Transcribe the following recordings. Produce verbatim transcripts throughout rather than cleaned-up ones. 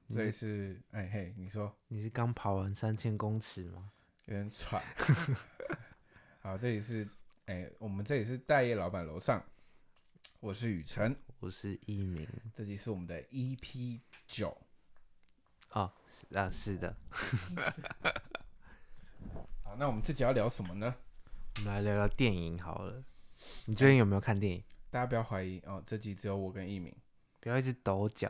这里是哎嘿，你说你是刚跑完三千公尺吗？ 有点喘。好，这里是哎，我们这里是待业老板楼上，我是雨辰， 我是一鸣。 这集是我们的 E P 九。 哦，是啊，是的。 好，那我们这集要聊什么呢？ 我们来聊聊电影好了。你最近有没有看电影？ 大家不要怀疑哦，这集只有我跟一鸣。 不要一直抖脚。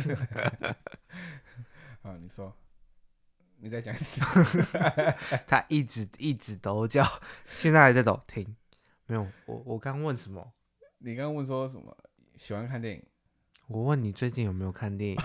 啊，你说，你再讲一次。 他一直一直抖脚，现在还在抖。停，没有。我我刚问什么？ 你刚刚问说什么？喜欢看电影？ 我问你最近有没有看电影？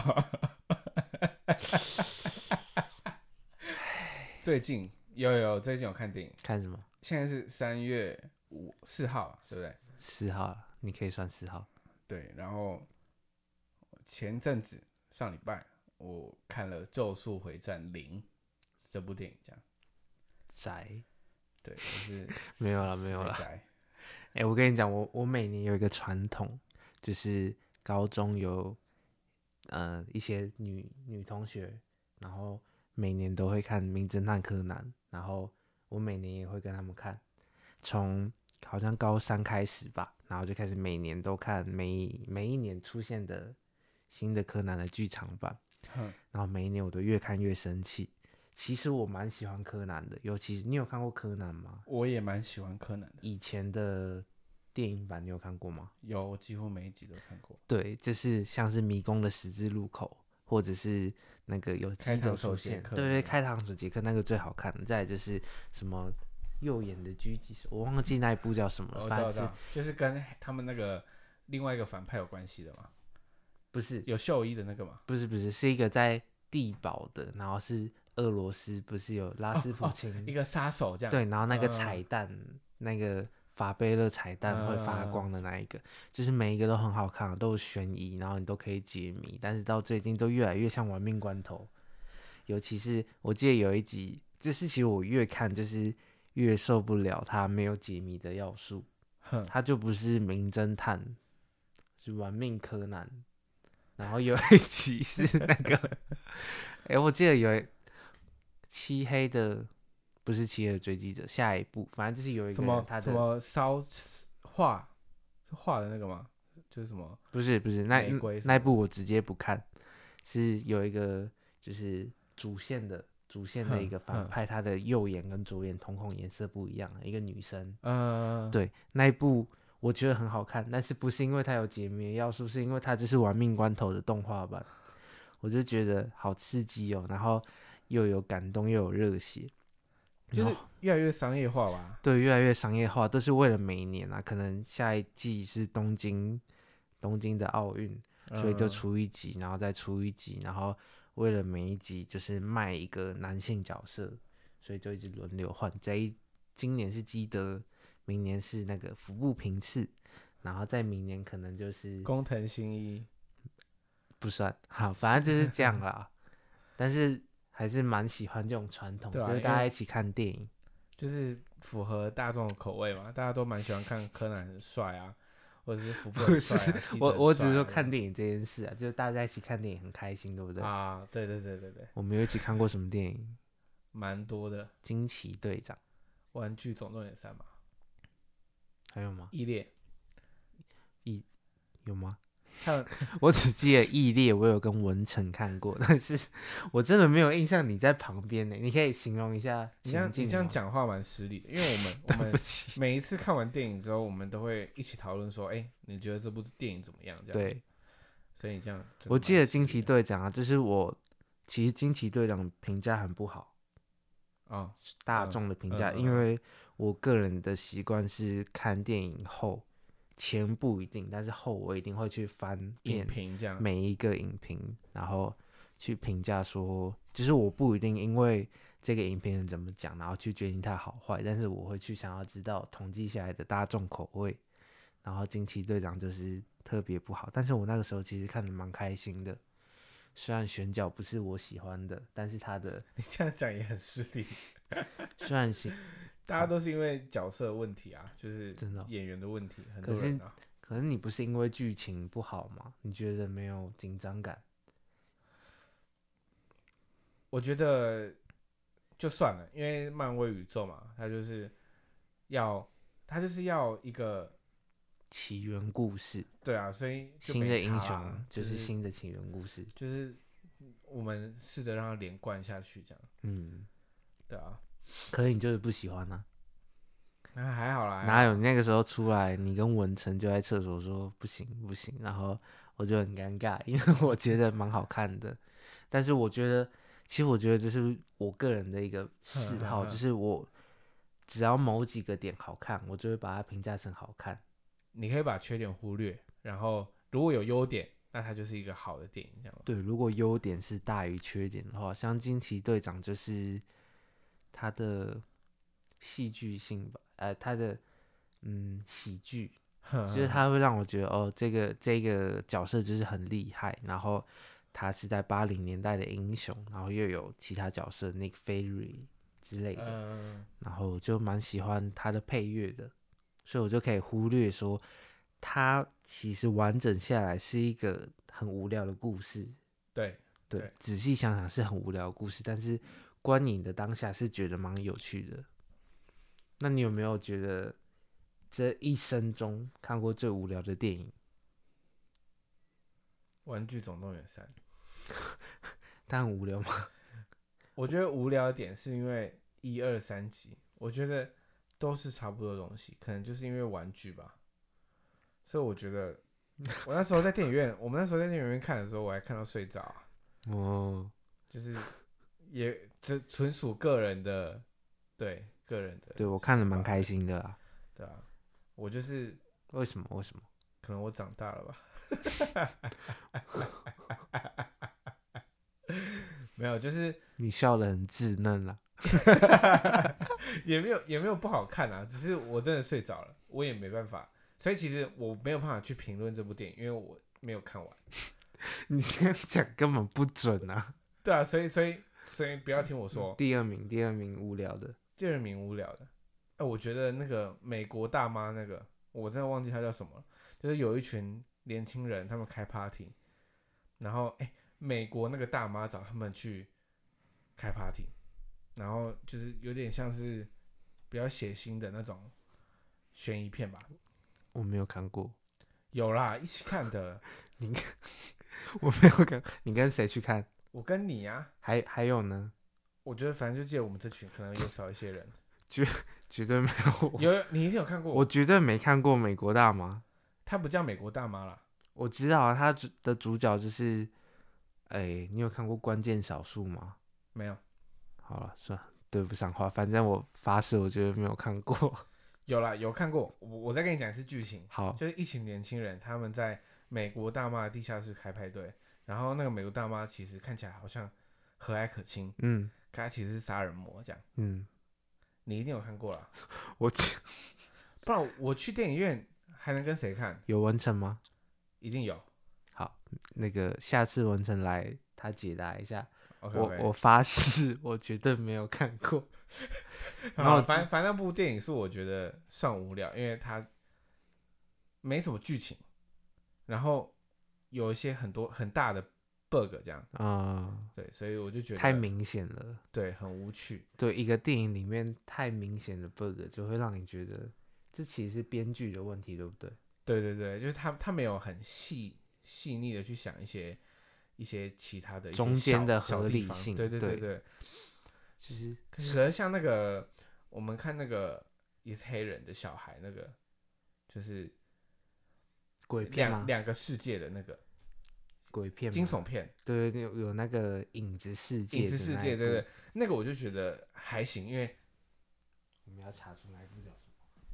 最近有有有，最近有看电影。 看什么？ 现在是三月五四号，对不对？ 四号了，你可以算四号。 对，然后前阵子上礼拜我看了《咒术回战零》这部电影，这样宅对，就是没有了，没有了。 宅。 哎、欸，我跟你讲，我我每年有一个传统，就是高中有呃一些女女同学，然后每年都会看《名侦探柯南》，然后我每年也会跟他们看，从好像高三开始吧，然后就开始每年都看每每一年出现的新的柯南的剧场版，然后每一年我都越看越生气。其实我蛮喜欢柯南的，尤其是你有看过柯南吗？ 我也蛮喜欢柯南的。 以前的电影版你有看过吗？ 有，我几乎每一集都看过。 对，就是像是迷宫的十字路口，或者是那个有基德出现，对对，开膛手杰克那个最好看的。再来就是什么右眼的狙击手，我忘记那一部叫什么了。 我知道，知道，就是跟他们那个另外一个反派有关系的嘛？ 不是， 有秀一的那个吗？ 不是，不是，是一个在地堡的，然后是俄罗斯，不是有拉斯普京、 哦哦、一个杀手这样。 对，然后那个彩蛋，嗯、那个法贝勒彩蛋会发光的那一个，嗯、就是每一个都很好看，都有悬疑，然后你都可以解谜，但是到最近都越来越像玩命关头。尤其是我记得有一集，就是其实我越看就是越受不了它没有解谜的要素，它就不是名侦探，是玩命柯南。然后有一集是那个，哎、欸，我记得有漆黑的，不是漆黑的追击者，下一部反正就是有一个人他的什么烧画是画的那个吗？就是什么？ 不是不是那那一部我直接不看，是有一个就是主线的主线的一个反派，他的右眼跟左眼瞳孔颜色不一样，一个女生，嗯，对，那一部。我觉得很好看，但是不是因为它有解谜的要素，是因为它就是玩命关头的动画版，我就觉得好刺激哦，然后又有感动又有热血， 就是越来越商业化吧？ 对，越来越商业化，都是为了每年啊，可能下一季是东京东京的奥运，所以就出一集，然后再出一集，然后为了每一集就是卖一个男性角色，所以就一直轮流换。这一今年是基德。明年是那个服部平次，然后在明年可能就是工藤新一， 不算好，反正就是这样啦。但是还是蛮喜欢这种传统， 啊、 就是大家一起看电影， 就是符合大众的口味嘛。大家都蛮喜欢看柯南很帅啊，或者是服部很帅、啊。我我只是说啊看电影这件事啊，就是大家一起看电影很开心，对不对？ 啊，对对对对对。 我们有一起看过什么电影？ 蛮多的，《 惊奇队长》、《 玩具总动员三》嘛。 还有吗？ 异列， 异有吗？我只记得异列，我有跟文成看过，但是我真的没有印象你在旁边呢。你可以形容一下情境吗？ 你这样你这样讲话蛮失礼的，因为我们我们每一次看完电影之后，我们都会一起讨论说，哎、欸，你觉得这部电影怎么样？这样对， 所以你这样， 我记得惊奇队长啊，就是我其实惊奇队长评价很不好啊、哦，大众的评价、嗯嗯嗯，因为我个人的习惯是看电影后。前不一定，但是后我一定会去翻遍每一个影评，然后去评价说，就是我不一定因为这个影评人怎么讲，然后去决定它好坏，但是我会去想要知道统计下来的大众口味。然后惊奇队长就是特别不好，但是我那个时候其实看得蛮开心的，虽然选角不是我喜欢的，但是他的你这样讲也很失礼， 虽然行。 大家都是因为角色问题啊，就是演员的问题，很多人啊。 可是你不是因为剧情不好吗？你觉得没有紧张感？ 我觉得就算了，因为漫威宇宙嘛，它就是要它就是要一个起源故事。 对啊，所以就新的没差啊英雄就就是新的起源故事。 就是我们试着让它连贯下去，这样。 嗯， 对啊， 可是你就是不喜欢啊？ 那还好啦， 哪有？你那个时候出来，你跟文成就在厕所说不行不行，然后我就很尴尬，因为我觉得蛮好看的，但是我觉得，其实我觉得这是我个人的一个嗜好，就是我只要某几个点好看，我就会把它评价成好看。 你可以把缺点忽略，然后如果有优点，那它就是一个好的电影，这样。 对，如果优点是大于缺点的话，像惊奇队长就是他的戏剧性吧，呃，他的嗯喜剧，就是他会让我觉得哦，这个这个角色就是很厉害，然后他是在八零年代的英雄，然后又有其他角色 Nick Fury 之类的， 嗯， 然后我就蛮喜欢他的配乐的，所以我就可以忽略说，他其实完整下来是一个很无聊的故事。 对对， 对仔细想想是很无聊的故事，但是观影的当下是觉得蛮有趣的。那你有没有觉得这一生中看过最无聊的电影？ 玩具总动员三， 它很无聊吗？ 我觉得无聊的点是因为一二三集，我觉得都是差不多的东西，可能就是因为玩具吧，所以我觉得我那时候在电影院，我们那时候在电影院看的时候，我还看到睡着、啊， 哦， 就是也这纯属个人的，对个人的， 对我看了蛮开心的啦。 对啊，我就是为什么？为什么？ 可能我长大了吧。没有，就是你笑得很稚嫩啦。 也没有也没有不好看啊，只是我真的睡着了，我也没办法，所以其实我没有办法去评论这部电影，因为我没有看完。 你这样讲根本不准啊！ 对啊，所以所以所以不要听我说。 第二名，第二名无聊的。 第二名无聊的，哎、我觉得那个美国大妈那个，我真的忘记她叫什么了，就是有一群年轻人，他们开 party，然后哎、欸，美国那个大妈找他们去开 party，然后就是有点像是比较血腥的那种悬疑片吧。 我没有看过。 有啦，一起看的。 你我没有看，你跟谁去看？ 我跟你啊。 还还有呢？ 我觉得反正就记得我们这群，可能有少一些人。 绝绝对没有我。 有你一定有看过。 我绝对没看过美国大妈。 她不叫美国大妈啦。 我知道啊，她的主角就是，哎、欸，你有看过《关键少数》吗？ 没有。 好了，算了，对不上话。反正我发誓，我觉得没有看过。 有啦，有看过。我我再跟你讲一次剧情。 好， 就是一群年轻人，他们在美国大妈的地下室开派对，然后那个美国大妈其实看起来好像和蔼可亲， 嗯， 可她其实是杀人魔这样。 嗯， 你一定有看过啦。 我不然我去电影院还能跟谁看？ 有文成吗？ 一定有。 好，那个下次文成来，他解答一下。 Okay, okay. 我我发誓，我绝对没有看过。 然后反反正那部电影是我觉得算无聊，因为它没什么剧情，然后有一些很多很大的 bug 这样。 嗯， 对，所以我就觉得太明显了。 对，很无趣。 对，一个电影里面太明显的 bug 就会让你觉得这其实是编剧的问题，对不对？ 对对对，就是他他没有很细细腻的去想一些一些其他的一些中间的合理性。 对对对对， 其实可是像那个我们看那个也是黑人的小孩，那个就是鬼片吗？ 两个世界的那个鬼片惊悚片。 对，有有那个影子世界， 影子世界，对对，那个我就觉得还行，因为我们要查出来不了什么。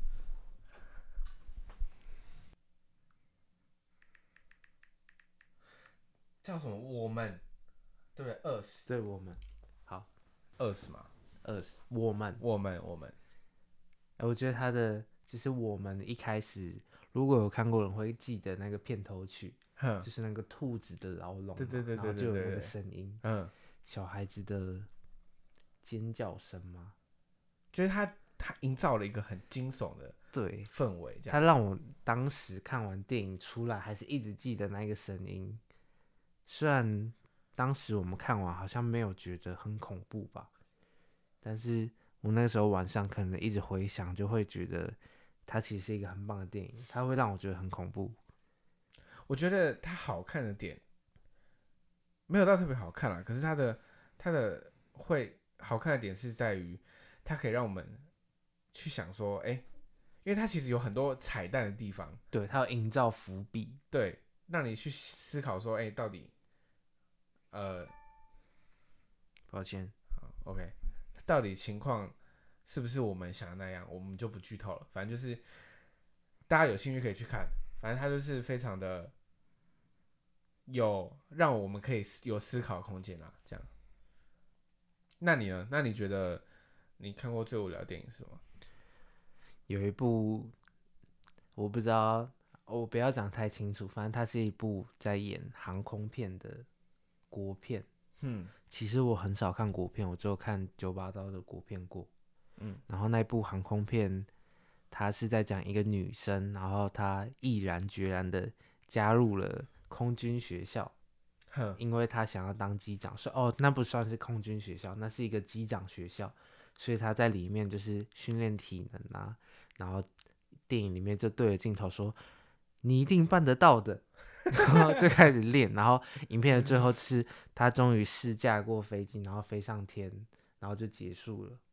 叫什么？我们对不对？Us， 对我们好 ，Us 嘛 ，Us，我们， 我们，我们。 欸、我觉得他的就是我们一开始如果有看过人会记得那个片头曲，就是那个兔子的牢笼， 对对对对对， 就有那个声音， 嗯， 小孩子的尖叫声吗？ 就是他他营造了一个很惊悚的对氛围， 他让我当时看完电影出来还是一直记得那个声音。虽然当时我们看完好像没有觉得很恐怖吧，但是我那时候晚上可能一直回想，就会觉得它其实是一个很棒的电影，它会让我觉得很恐怖。 我觉得它好看的点没有到特别好看啦，可是它的它的会好看的点是在于它可以让我们去想说，哎、欸，因为它其实有很多彩蛋的地方， 对，它有营造伏笔， 对，让你去思考说，哎、欸，到底，呃， 抱歉 ，OK， 到底情况是不是我们想的那样，我们就不剧透了。反正就是大家有兴趣可以去看，反正它就是非常的有让我们可以有思考的空间啦。这样，那你呢？那你觉得你看过最无聊的电影是什么？ 有一部我不知道，我不要讲太清楚，反正它是一部在演航空片的国片。嗯，其实我很少看国片，我只有看九把刀的国片过。嗯，然后那部航空片，它是在讲一个女生，然后她毅然决然的加入了空军学校，因为她想要当机长。说哦，那不算是空军学校，那是一个机长学校，所以她在里面就是训练体能啊，然后电影里面就对着镜头说：“你一定办得到的。”然后就开始练，然后影片的最后是他终于试驾过飞机，然后飞上天，然后就结束了。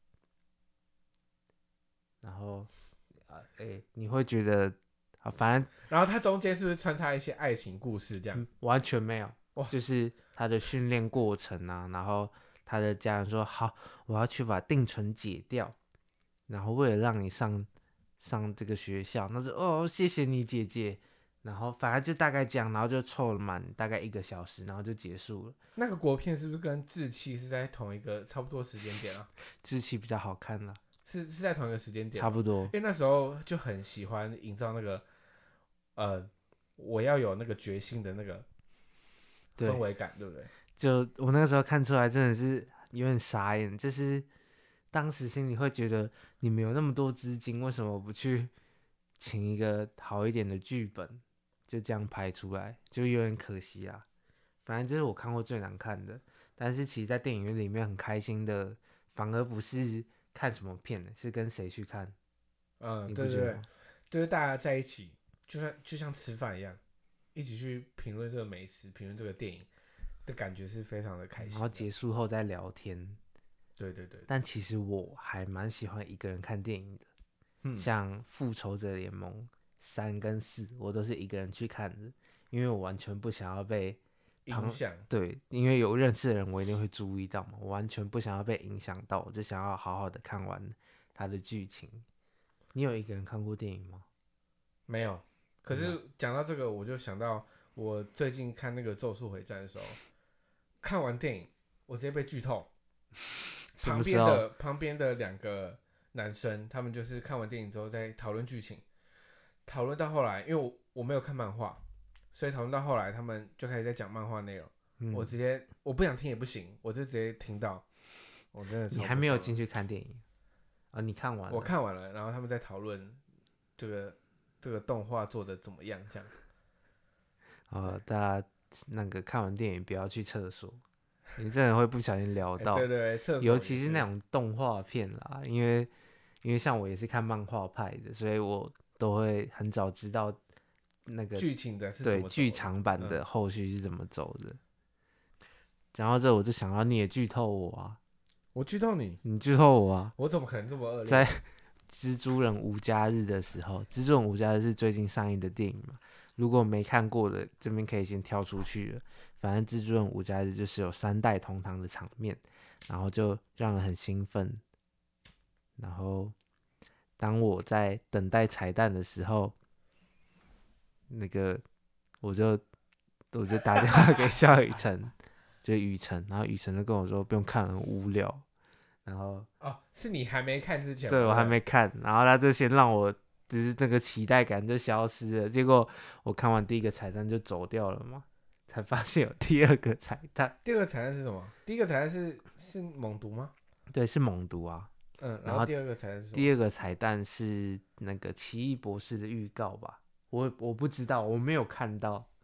然后，啊，哎，你会觉得，啊，反正， 然后他中间是不是穿插一些爱情故事这样？ 嗯、完全没有，就是他的训练过程啊，然后他的家人说好，我要去把定存解掉，然后为了让你上上这个学校，那就哦，谢谢你姐姐。然后反正就大概这样，然后就凑了满大概一个小时，然后就结束了。 那个国片是不是跟志气是在同一个差不多时间点啊？ 志气比较好看啦， 是是在同一个时间点， 差不多。 因为那时候就很喜欢营造那个，呃，我要有那个决心的那个氛围感， 对, 对不对？ 就我那个时候看出来，真的是有点傻眼，就是当时心里会觉得，你们有那么多资金，为什么不去请一个好一点的剧本？就这样拍出来，就有点可惜啊。反正这是我看过最难看的，但是其实，在电影院里面很开心的，反而不是看什么片，是跟谁去看。 嗯，对对对，就是大家在一起，就像就像吃饭一样，一起去评论这个美食，评论这个电影的感觉是非常的开心的。 然后结束后再聊天。 对对 对, 对。 但其实我还蛮喜欢一个人看电影的，嗯、像《复仇者联盟》三跟四，我都是一个人去看的，因为我完全不想要被影响。 对，因为有认识的人，我一定会注意到嘛，我完全不想要被影响到，我就想要好好的看完它的剧情。你有一个人看过电影吗？ 没有。可是讲到这个，我就想到我最近看那个《咒术回战》的时候，看完电影，我直接被剧透。旁边的旁边的两个男生，他们就是看完电影之后在讨论剧情，讨论到后来，因为我我没有看漫画，所以讨论到后来，他们就开始在讲漫画内容。嗯、我直接我不想听也不行，我就直接听到。我真的你还没有进去看电影啊？你看完了？ 我看完了，然后他们在讨论这个这个动画做的怎么样，这样。 呃，大家那个看完电影不要去厕所。你真的会不小心聊到， 欸、对对对， 尤其是那种动画片啦，因为因为像我也是看漫画派的，所以我都会很早知道那个剧情的是怎么走的， 对剧场版的后续是怎么走的。讲、嗯、到这，我就想到你也剧透我啊！ 我剧透你？ 你剧透我啊！ 我怎么可能这么恶劣？ 在蜘蛛人无家日的时候，蜘蛛人无家日是最近上映的电影嘛？如果没看过的，这边可以先跳出去了。反正蜘蛛人无家日就是有三代同堂的场面，然后就让人很兴奋。然后当我在等待彩蛋的时候，那个我就我就打电话给萧雨辰，就雨辰，然后雨辰就跟我说不用看，很无聊。然后哦，是你还没看之前？ 对，我还没看，然后他就先让我。就是那个期待感就消失了，结果我看完第一个彩蛋就走掉了嘛，才发现有第二个彩蛋。 第二个彩蛋是什么？第一个彩蛋是是猛毒吗？ 对，是猛毒啊。 嗯，然后第二个彩蛋是什么？ 第二个彩蛋是那个奇异博士的预告吧？我我不知道，我没有看到。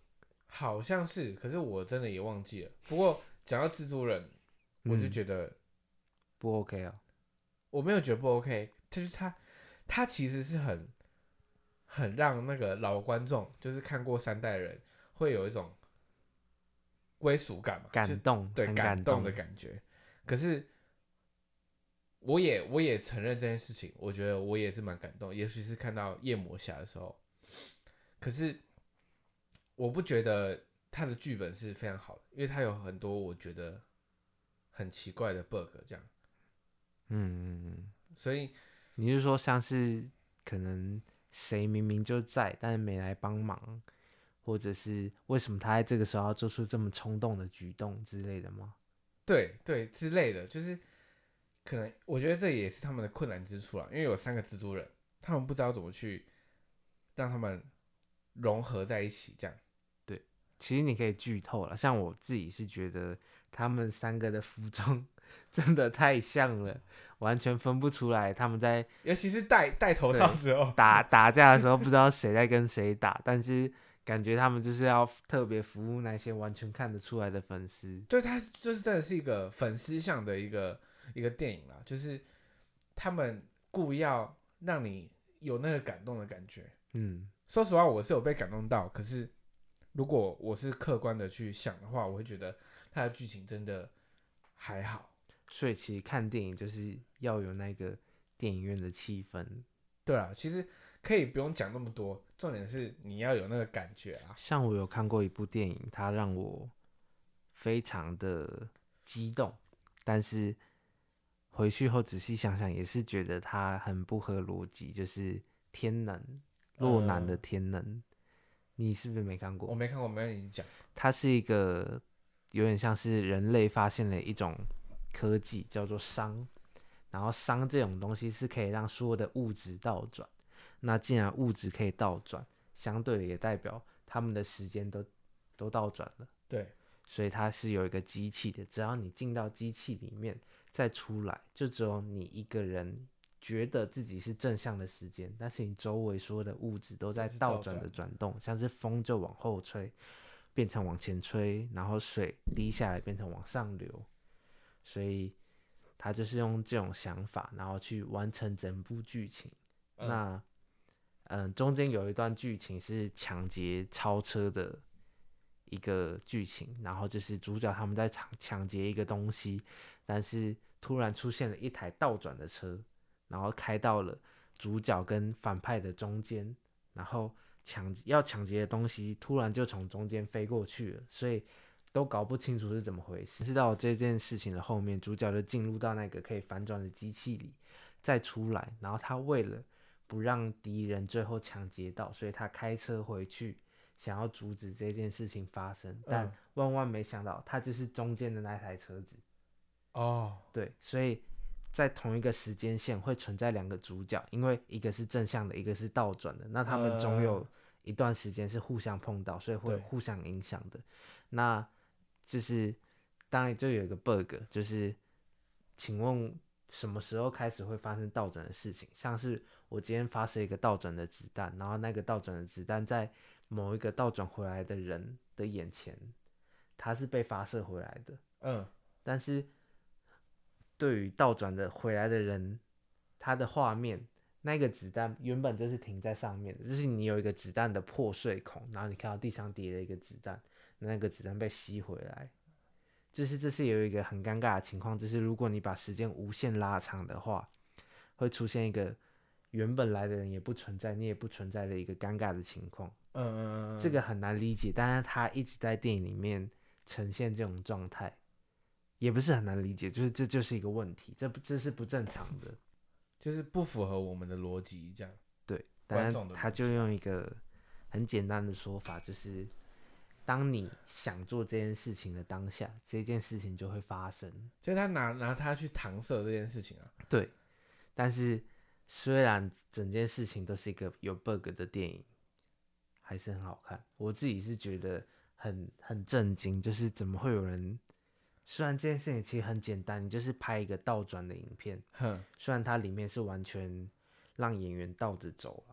好像是，可是我真的也忘记了。不过讲到蜘蛛人，我就觉得、嗯、 不 OK 啊。 我没有觉得不 OK， 就是他他其实是很很让那个老观众，就是看过三代人会有一种归属感嘛， 感动， 对， 很感动的感觉。可是我也我也承认这件事情，我觉得我也是蛮感动，尤其是看到夜魔侠的时候。可是我不觉得他的剧本是非常好的，因为他有很多我觉得很奇怪的 bug， 这样。 嗯嗯嗯。 所以你是说像是可能谁明明就在，但是没来帮忙，或者是为什么他在这个时候要做出这么冲动的举动之类的吗？ 对对，之类的，就是可能我觉得这也是他们的困难之处啦，因为有三个蜘蛛人，他们不知道怎么去让他们融合在一起，这样。 对，其实你可以剧透了，像我自己是觉得他们三个的服装真的太像了，完全分不出来他们在， 尤其是戴戴头套之后打打架的时候不知道谁在跟谁打，但是感觉他们就是要特别服务那些完全看得出来的粉丝。 对，他就是真的是一个粉丝向的一个一个电影啦，就是他们故意要让你有那个感动的感觉。 嗯， 说实话，我是有被感动到，可是如果我是客观的去想的话，我会觉得它的剧情真的还好。 所以其实看电影就是要有那个电影院的气氛。 对啊，其实可以不用讲那么多，重点是你要有那个感觉啊。 像我有看过一部电影，它让我非常的激动，但是回去后仔细想想，也是觉得它很不合逻辑。就是天能，洛南的天能，呃、你是不是没看过？ 我没看过，没跟你讲。 它是一个有点像是人类发现了一种科技，叫做熵。然后熵这种东西是可以让所有的物质倒转。那既然物质可以倒转，相对的也代表他们的时间都都倒转了。 对， 所以它是有一个机器的，只要你进到机器里面再出来，就只有你一个人觉得自己是正向的时间，但是你周围所有的物质都在倒转的转动，像是风就往后吹，变成往前吹，然后水滴下来变成往上流，所以他就是用这种想法，然后去完成整部剧情。嗯、那嗯，中间有一段剧情是抢劫超车的一个剧情，然后就是主角他们在抢劫一个东西，但是突然出现了一台倒转的车，然后开到了主角跟反派的中间，然后抢要抢劫的东西突然就从中间飞过去了，所以都搞不清楚是怎么回事。知道这件事情的后面，主角就进入到那个可以反转的机器里，再出来，然后他为了不让敌人最后抢劫到，所以他开车回去，想要阻止这件事情发生，但万万没想到，他就是中间的那台车子。 哦， 对，所以在同一个时间线会存在两个主角，因为一个是正向的，一个是倒转的，那他们总有一段时间是互相碰到，所以会互相影响的。那就是当然就有一个 bug， 就是请问什么时候开始会发生倒转的事情？像是我今天发射一个倒转的子弹，然后那个倒转的子弹在某一个倒转回来的人的眼前，他是被发射回来的。嗯，但是对于倒转的回来的人，他的画面，那个子弹原本就是停在上面的，就是你有一个子弹的破碎孔，然后你看到地上叠了一个子弹，那个子弹被吸回来。就是这是有一个很尴尬的情况，就是如果你把时间无限拉长的话，会出现一个原本来的人也不存在，你也不存在的一个尴尬的情况。嗯嗯嗯，这个很难理解，但是他一直在电影里面呈现这种状态，也不是很难理解，就是这就是一个问题，这这是不正常的， 就是不符合我们的逻辑，这样。 对，但是他就用一个很简单的说法，就是当你想做这件事情的当下，这件事情就会发生。 就是他拿拿它去搪塞这件事情啊。 对，但是虽然整件事情都是一个有 bug 的电影，还是很好看。我自己是觉得很很震惊，就是怎么会有人，虽然这件事情其实很简单，你就是拍一个倒转的影片，虽然它里面是完全让演员倒着走啊，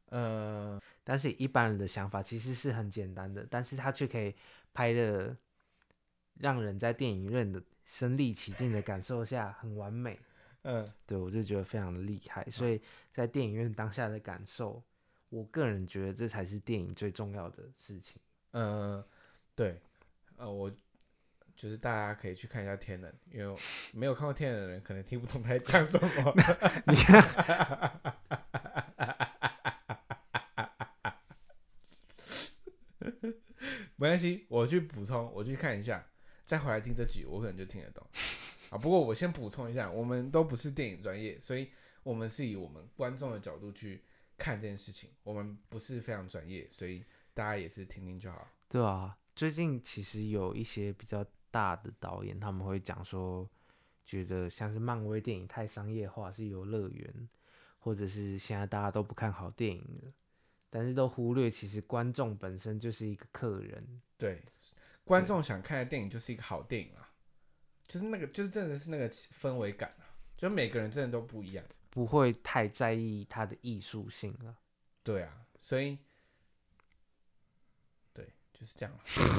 呃，但是一般人的想法其实是很简单的，但是他却可以拍的让人在电影院的身临其境的感受下很完美。嗯，对，我就觉得非常的厉害，所以在电影院当下的感受，我个人觉得这才是电影最重要的事情。 嗯，对，呃，我就是大家可以去看一下《天能》，因为没有看过《天能》的人可能听不懂他在讲什么。你看，没关系，我去补充，我去看一下，再回来听这集，我可能就听得懂。啊，不过我先补充一下，我们都不是电影专业，所以我们是以我们观众的角度去看这件事情，我们不是非常专业，所以大家也是听听就好。 对啊，最近其实有一些比较大的导演，他们会讲说，觉得像是漫威电影太商业化，是游乐园，或者是现在大家都不看好电影了，但是都忽略其实观众本身就是一个客人。 对，观众想看的电影就是一个好电影啊。就是那个，就是真的是那个氛围感啊，就每个人真的都不一样， 不会太在意它的艺术性了。 对啊，所以，对，就是这样。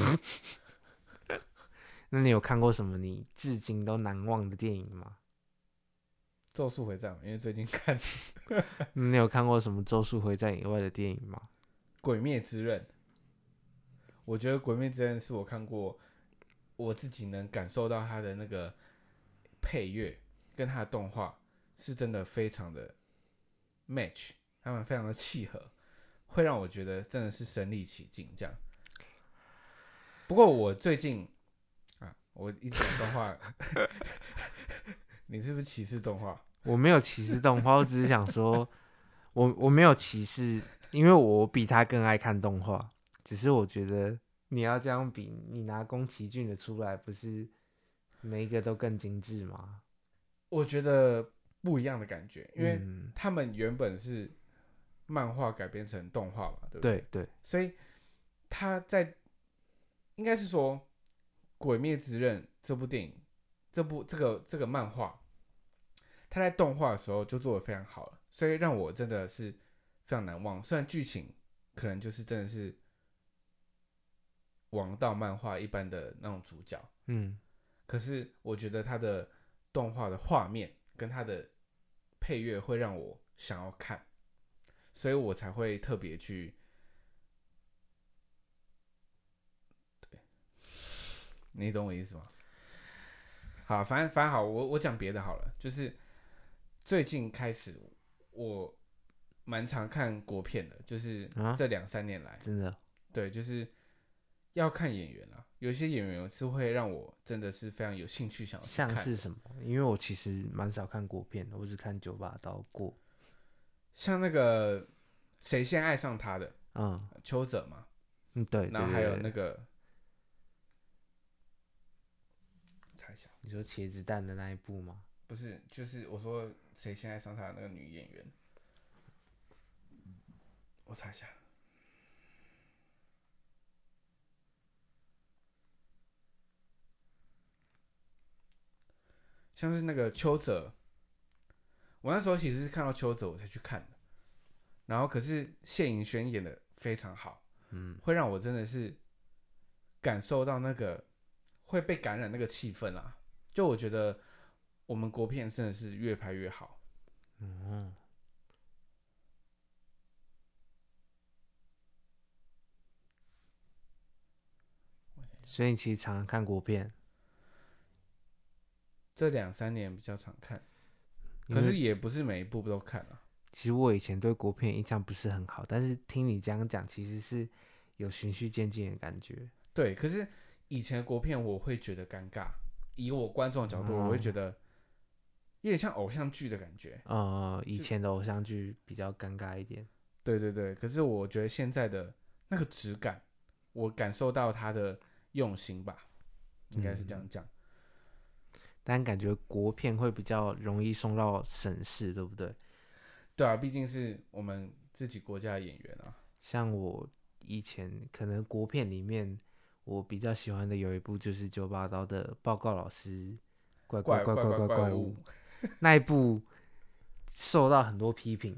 那你有看过什么你至今都难忘的电影吗？ 咒术回战，因为最近看。 你有看过什么咒术回战以外的电影吗？ 鬼灭之刃，我觉得鬼灭之刃是我看过。我自己能感受到他的那个配乐跟他的动画是真的非常的 match， 他们非常的契合，会让我觉得真的是身临其境这样。不过我最近啊，我一讲动画，你是不是歧视动画？ 我没有歧视动画，我只是想说，我我没有歧视，因为我比他更爱看动画，只是我觉得。你要这样比，你拿宫崎骏的出来，不是每一个都更精致吗？ 我觉得不一样的感觉，因为他们原本是漫画改编成动画嘛，对不对？ 对对。 所以他在应该是说《鬼灭之刃》这部电影，这部这个这个漫画，他在动画的时候就做得非常好了，所以让我真的是非常难忘。虽然剧情可能就是真的是。王道漫画一般的那种主角，嗯，可是我觉得他的动画的画面跟他的配乐会让我想要看，所以我才会特别去，对，你懂我意思吗？好，反正反正好，我我讲别的好了，就是最近开始我蛮常看国片的，就是这两三年来， 啊、真的， 对，就是。要看演员啊，有些演员是会让我真的是非常有兴趣想要去看。 像是什么？因为我其实蛮少看国片的，我只看九把刀过。 像那个谁先爱上他的，嗯，邱泽嘛， 嗯对， 然后还有那个， 猜一下，你说茄子蛋的那一部吗？ 不是，就是我说谁先爱上他的那个女演员，我猜一下。像是那个邱泽，我那时候其实是看到邱泽我才去看的，然后可是谢盈萱演的非常好，嗯，会让我真的是感受到那个会被感染那个气氛啊，就我觉得我们国片真的是越拍越好，嗯， 所以你其实常常看国片。 这两三年比较常看，可是也不是每一部都看啊。 其实我以前对国片印象不是很好，但是听你这样讲，其实是有循序渐进的感觉。 对，可是以前的国片我会觉得尴尬，以我观众的角度，我会觉得有点像偶像剧的感觉。 呃，以前的偶像剧比较尴尬一点。 对对对，可是我觉得现在的那个质感，我感受到他的用心吧，应该是这样讲。嗯， 但感觉国片会比较容易送到审视，对不对？ 对啊，毕竟是我们自己国家的演员啊。 像我以前可能国片里面，我比较喜欢的有一部就是九把刀的《报告老师怪怪怪怪怪怪物》，那一部受到很多批评哎。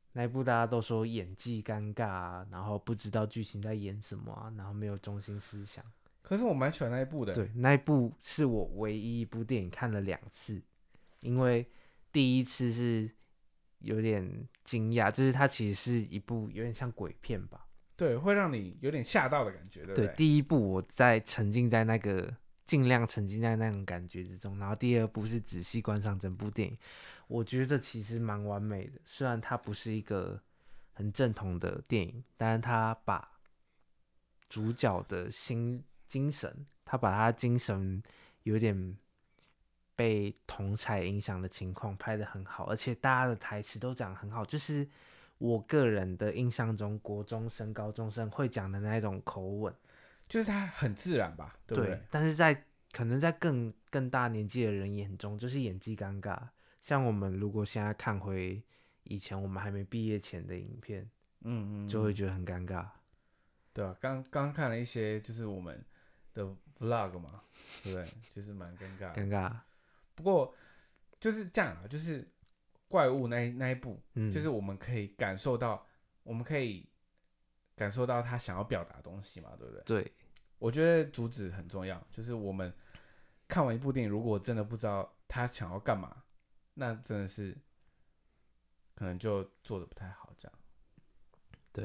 那一部大家都说演技尴尬啊，然后不知道剧情在演什么啊，然后没有中心思想。 可是我蛮喜欢那一部的。 对，那一部是我唯一一部电影看了两次，因为第一次是有点惊讶，就是它其实是一部有点像鬼片吧。 对，会让你有点吓到的感觉，对不对？ 对，第一部我在沉浸在那个尽量沉浸在那种感觉之中，然后第二部是仔细观赏整部电影，我觉得其实蛮完美的。虽然它不是一个很正统的电影，但是它把主角的心精神，他把他精神有点被同侪影响的情况拍得很好，而且大家的台词都讲得很好，就是我个人的印象中，国中生、高中生会讲的那一种口吻， 就是他很自然吧，对不对？ 对，但是在可能在更更大年纪的人眼中，就是演技尴尬。像我们如果现在看回以前我们还没毕业前的影片， 嗯嗯， 就会觉得很尴尬。 对啊，刚刚看了一些就是我们的 vlog 嘛，对不对？就是蛮尴尬的。 尴尬。 不过就是这样啊，就是怪物那一那一部、嗯，就是我们可以感受到，我们可以感受到他想要表达的东西嘛，对不对？ 对， 我觉得主旨很重要，就是我们看完一部电影，如果真的不知道他想要干嘛，那真的是可能就做的不太好，这样。 对。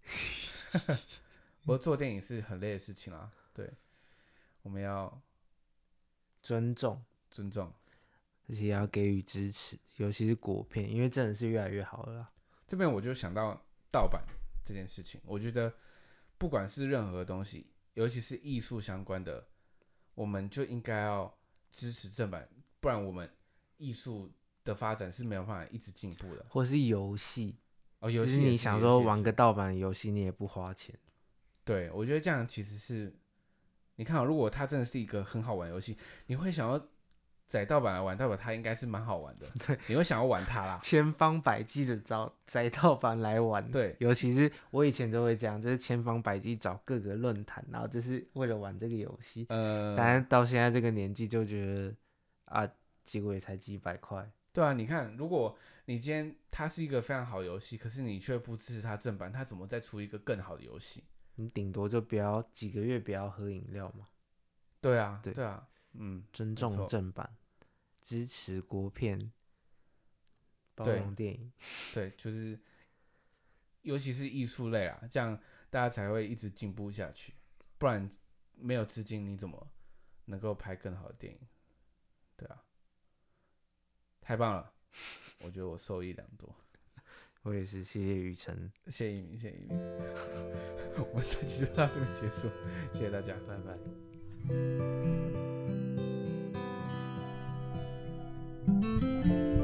不过做电影是很累的事情啊，对，我们要尊重， 尊重， 而且要给予支持，尤其是国片，因为真的是越来越好了啦。 这边我就想到盗版这件事情，我觉得不管是任何东西，尤其是艺术相关的，我们就应该要支持正版，不然我们艺术的发展是没有办法一直进步的。 或是游戏， 哦，游戏就是你想说玩个盗版的游戏，你也不花钱。 对，我觉得这样其实是，你看、哦，如果它真的是一个很好玩的游戏，你会想要载盗版来玩，代表它应该是蛮好玩的。 对， 你会想要玩它啦， 千方百计的找载盗版来玩。 对， 尤其是我以前都会这样，就是千方百计找各个论坛，然后就是为了玩这个游戏。呃，但是到现在这个年纪就觉得啊，结果也才几百块。 对啊，你看，如果你今天它是一个非常好的游戏，可是你却不支持它正版，它怎么再出一个更好的游戏？ 你顶多就不要几个月不要喝饮料嘛。 对啊， 对对啊，嗯， 尊重正版，支持国片，包容电影。 对，就是尤其是艺术类啊，这样大家才会一直进步下去。不然没有资金，你怎么能够拍更好的电影？对啊，太棒了，我觉得我受益良多。 我也是，谢谢雨辰， 谢謝一鸣，謝謝一鳴。我們這期就到這邊結束，謝謝大家，拜拜。